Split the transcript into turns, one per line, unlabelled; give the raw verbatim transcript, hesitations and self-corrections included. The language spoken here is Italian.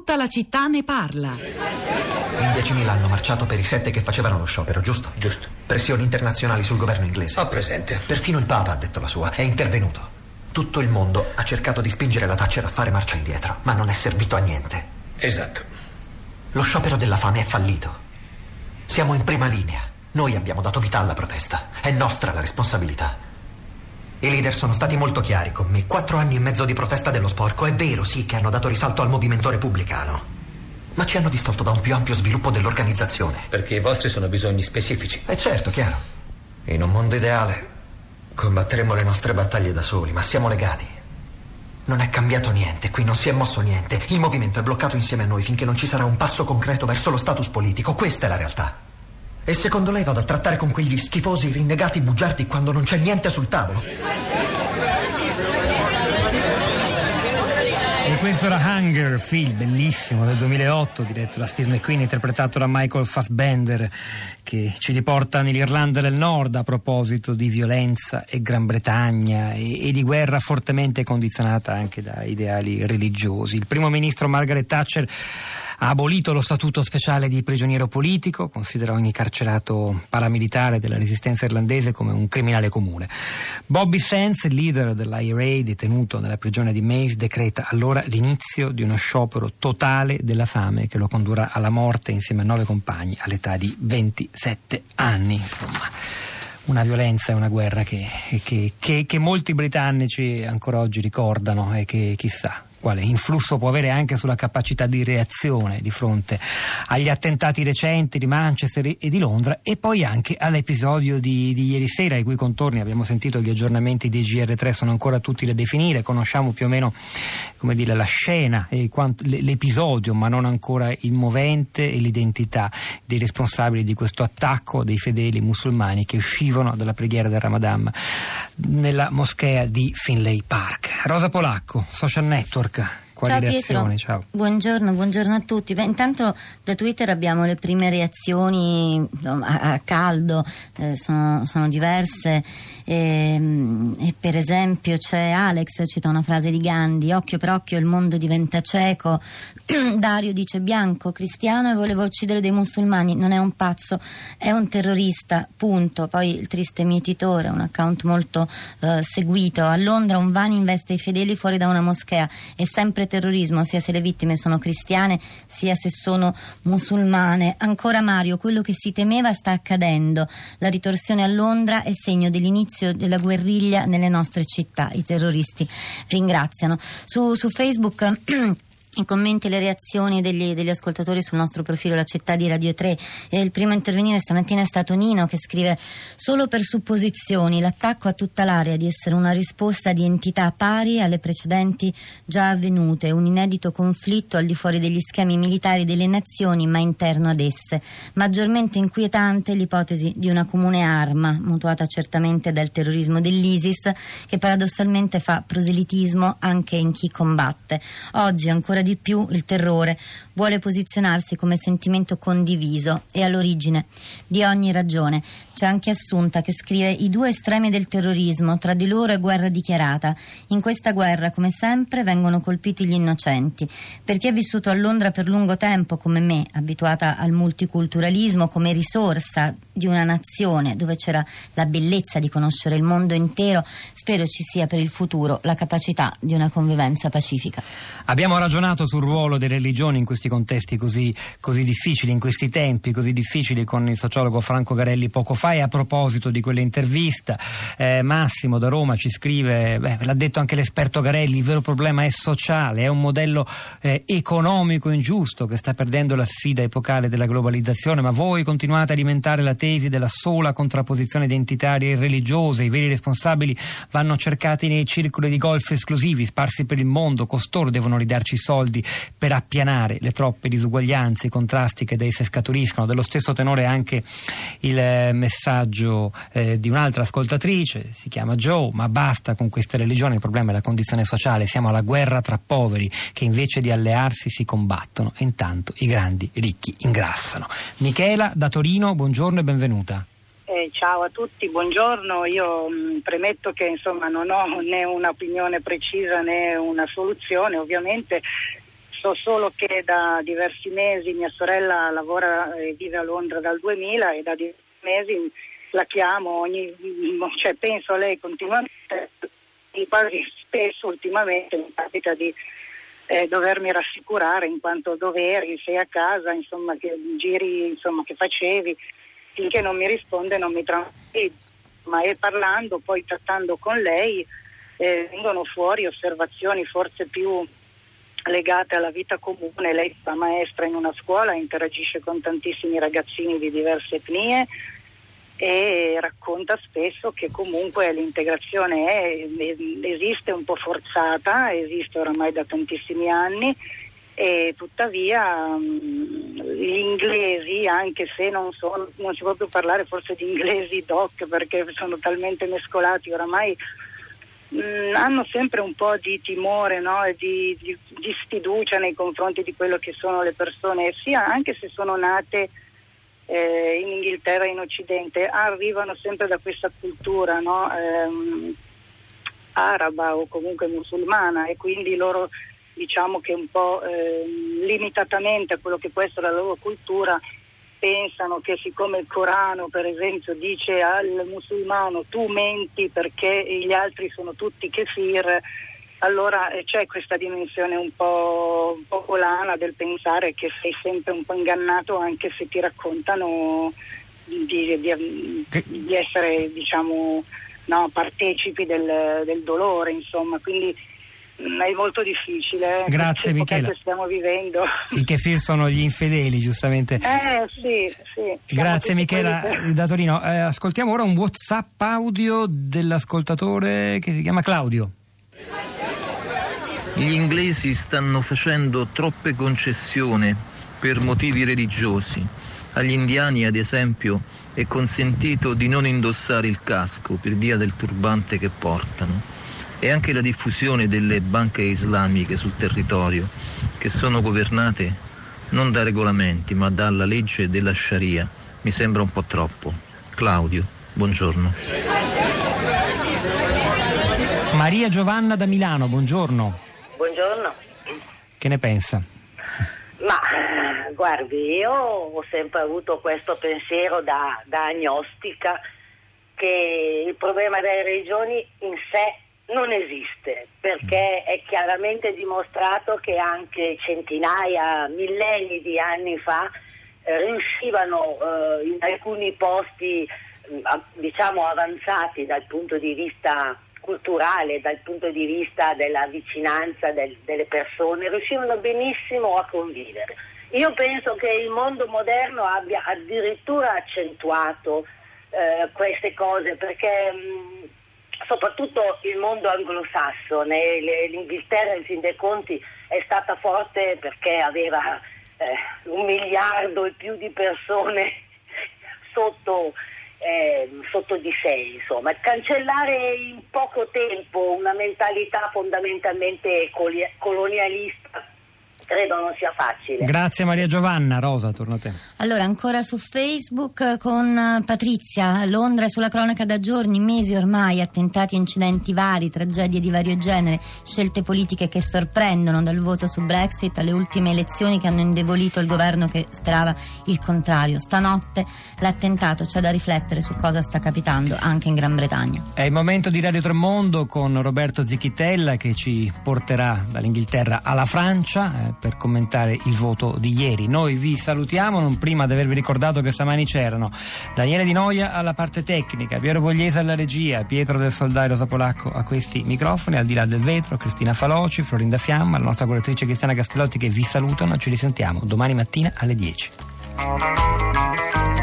Tutta la città ne parla.
In diecimila hanno marciato per i sette che facevano lo sciopero, giusto?
Giusto.
Pressioni internazionali sul governo inglese.
Ho presente.
Perfino il Papa ha detto la sua, è intervenuto. Tutto il mondo ha cercato di spingere la Thatcher a fare marcia indietro, ma non è servito a niente.
Esatto.
Lo sciopero della fame è fallito. Siamo in prima linea. Noi abbiamo dato vita alla protesta. È nostra la responsabilità. I leader sono stati molto chiari con me. Quattro anni e mezzo di protesta dello sporco. È vero, sì, che hanno dato risalto al movimento repubblicano, ma ci hanno distolto da un più ampio sviluppo dell'organizzazione.
Perché i vostri sono bisogni specifici.
Eh certo, chiaro. In un mondo ideale combatteremo le nostre battaglie da soli, ma siamo legati. Non è cambiato niente, qui non si è mosso niente. Il movimento è bloccato insieme a noi finché non ci sarà un passo concreto verso lo status politico. Questa è la realtà. E secondo lei vado a trattare con quegli schifosi rinnegati bugiardi quando non c'è niente sul tavolo?
E questo era Hunger, film bellissimo del duemilaotto, diretto da Steve McQueen, interpretato da Michael Fassbender, che ci riporta nell'Irlanda del Nord a proposito di violenza e Gran Bretagna e, e di guerra fortemente condizionata anche da ideali religiosi. Il primo ministro Margaret Thatcher ha abolito lo statuto speciale di prigioniero politico, considera ogni carcerato paramilitare della resistenza irlandese come un criminale comune. Bobby Sands, il leader dell'I R A detenuto nella prigione di Mace, decreta allora l'inizio di uno sciopero totale della fame che lo condurrà alla morte insieme a nove compagni all'età di ventisette anni. Insomma, una violenza e una guerra che, che, che, che molti britannici ancora oggi ricordano e che chissà quale influsso può avere anche sulla capacità di reazione di fronte agli attentati recenti di Manchester e di Londra, e poi anche all'episodio di, di ieri sera, i cui contorni abbiamo sentito. Gli aggiornamenti di G R tre sono ancora tutti da definire, conosciamo più o meno, come dire, la scena e quanto, l'episodio, ma non ancora il movente e l'identità dei responsabili di questo attacco dei fedeli musulmani che uscivano dalla preghiera del Ramadan nella moschea di Finlay Park. Rosa Polacco, Social Network. Quali
Ciao
reazioni?
Pietro,
Ciao.
Buongiorno, buongiorno a tutti. Beh, intanto da Twitter abbiamo le prime reazioni a, a caldo, eh, sono, sono diverse. E, e per esempio c'è Alex, cita una frase di Gandhi: occhio per occhio il mondo diventa cieco. Dario dice: bianco, cristiano e voleva uccidere dei musulmani, non è un pazzo, è un terrorista, punto. Poi il triste mietitore, un account molto eh, seguito: a Londra un van investe i fedeli fuori da una moschea, è sempre terrorismo, sia se le vittime sono cristiane sia se sono musulmane. Ancora Mario: quello che si temeva sta accadendo, la ritorsione a Londra è segno dell'inizio della guerriglia nelle nostre città, i terroristi ringraziano. Su, su Facebook i commenti e le reazioni degli, degli ascoltatori sul nostro profilo La Città di Radio tre. E il primo a intervenire stamattina è stato Nino, che scrive: solo per supposizioni l'attacco a tutta l'area di essere una risposta di entità pari alle precedenti già avvenute, un inedito conflitto al di fuori degli schemi militari delle nazioni ma interno ad esse. Maggiormente inquietante l'ipotesi di una comune arma, mutuata certamente dal terrorismo dell'ISIS, che paradossalmente fa proselitismo anche in chi combatte. Oggi ancora di più il terrore vuole posizionarsi come sentimento condiviso e all'origine di ogni ragione. C'è anche Assunta che scrive: i due estremi del terrorismo, tra di loro è guerra dichiarata. In questa guerra, come sempre, vengono colpiti gli innocenti. Per chi ha vissuto a Londra per lungo tempo come me, abituata al multiculturalismo come risorsa di una nazione dove c'era la bellezza di conoscere il mondo intero, spero ci sia per il futuro la capacità di una convivenza pacifica.
Abbiamo ragionato sul ruolo delle religioni in questi contesti così, così difficili, in questi tempi così difficili, con il sociologo Franco Garelli poco fa. E a proposito di quell'intervista, eh, Massimo da Roma ci scrive: beh, l'ha detto anche l'esperto Garelli, il vero problema è sociale, è un modello eh, economico ingiusto che sta perdendo la sfida epocale della globalizzazione, ma voi continuate a alimentare la tesi della sola contrapposizione identitaria e religiosa. I veri responsabili vanno cercati nei circoli di golf esclusivi sparsi per il mondo, costoro devono ridarci i soldi per appianare le troppe disuguaglianze, i contrasti che da esse scaturiscono. Dello stesso tenore anche il eh, messaggio eh, di un'altra ascoltatrice, si chiama Joe: ma basta con queste religioni, il problema è la condizione sociale, siamo alla guerra tra poveri che invece di allearsi si combattono e intanto i grandi ricchi ingrassano. Michela da Torino, buongiorno e benvenuta.
Eh, ciao a tutti, buongiorno. Io mh, premetto che insomma non ho né un'opinione precisa né una soluzione, ovviamente So solo che da diversi mesi mia sorella lavora e vive a Londra dal duemila e da diversi mesi la chiamo, ogni, cioè penso a lei continuamente, e quasi spesso ultimamente mi capita di eh, dovermi rassicurare in quanto doveri, sei a casa, insomma, che giri insomma, che facevi, finché non mi risponde non mi tranquillo, ma e parlando, poi trattando con lei eh, vengono fuori osservazioni forse più legate alla vita comune. Lei fa maestra in una scuola, interagisce con tantissimi ragazzini di diverse etnie e racconta spesso che comunque l'integrazione è, esiste un po' forzata, esiste oramai da tantissimi anni, e tuttavia mh, gli inglesi, anche se non, sono, non si può più parlare forse di inglesi doc perché sono talmente mescolati oramai, mh, hanno sempre un po' di timore, no? E di, di, di sfiducia nei confronti di quello che sono le persone, sia anche se sono nate Eh, in Inghilterra e in Occidente, arrivano sempre da questa cultura, no? ehm, araba o comunque musulmana, e quindi loro diciamo che un po' ehm, limitatamente a quello che può essere la loro cultura pensano che siccome il Corano per esempio dice al musulmano tu menti perché gli altri sono tutti kefir, allora eh, c'è questa dimensione un po' popolana del pensare che sei sempre un po' ingannato anche se ti raccontano di, di, di, di essere diciamo no, partecipi del, del dolore, insomma, quindi mh, è molto difficile.
Grazie Michela.
Che stiamo vivendo.
I kefir sono gli infedeli, giustamente.
Eh sì, sì.
Grazie Michela da Torino. Eh, ascoltiamo ora un WhatsApp audio dell'ascoltatore che si chiama Claudio.
Gli inglesi stanno facendo troppe concessioni per motivi religiosi. Agli indiani, ad esempio, è consentito di non indossare il casco per via del turbante che portano. E anche la diffusione delle banche islamiche sul territorio, che sono governate non da regolamenti ma dalla legge della Sharia, mi sembra un po' troppo. Claudio, buongiorno.
Maria Giovanna da Milano, buongiorno.
Buongiorno.
Che ne pensa?
Ma guardi, io ho sempre avuto questo pensiero da, da agnostica che il problema delle religioni in sé non esiste, perché è chiaramente dimostrato che anche centinaia, millenni di anni fa eh, riuscivano eh, in alcuni posti eh, diciamo avanzati dal punto di vista culturale, dal punto di vista della vicinanza del, delle persone, riuscivano benissimo a convivere. Io penso che il mondo moderno abbia addirittura accentuato eh, queste cose, perché mh, soprattutto il mondo anglosassone, le, l'Inghilterra in fin dei conti è stata forte perché aveva eh, un miliardo e più di persone sotto Eh, sotto di sé, insomma. Cancellare in poco tempo una mentalità fondamentalmente colonialista credo non sia facile.
Grazie Maria Giovanna. Rosa, torno a te.
Allora, ancora su Facebook con Patrizia. Londra è sulla cronaca da giorni, mesi ormai, attentati e incidenti vari, tragedie di vario genere, scelte politiche che sorprendono, dal voto su Brexit alle ultime elezioni che hanno indebolito il governo che sperava il contrario. Stanotte l'attentato, c'è da riflettere su cosa sta capitando anche in Gran Bretagna.
È il momento di Radio Tremondo con Roberto Zichitella che ci porterà dall'Inghilterra alla Francia eh, per commentare il voto di ieri. Noi vi salutiamo, non prima di avervi ricordato che stamani c'erano Daniele Di Noia alla parte tecnica, Piero Pogliese alla regia, Pietro del Soldai, Rosa Polacco a questi microfoni, al di là del vetro Cristina Faloci, Florinda Fiamma, la nostra curatrice Cristiana Castellotti che vi salutano. Ci risentiamo domani mattina alle dieci.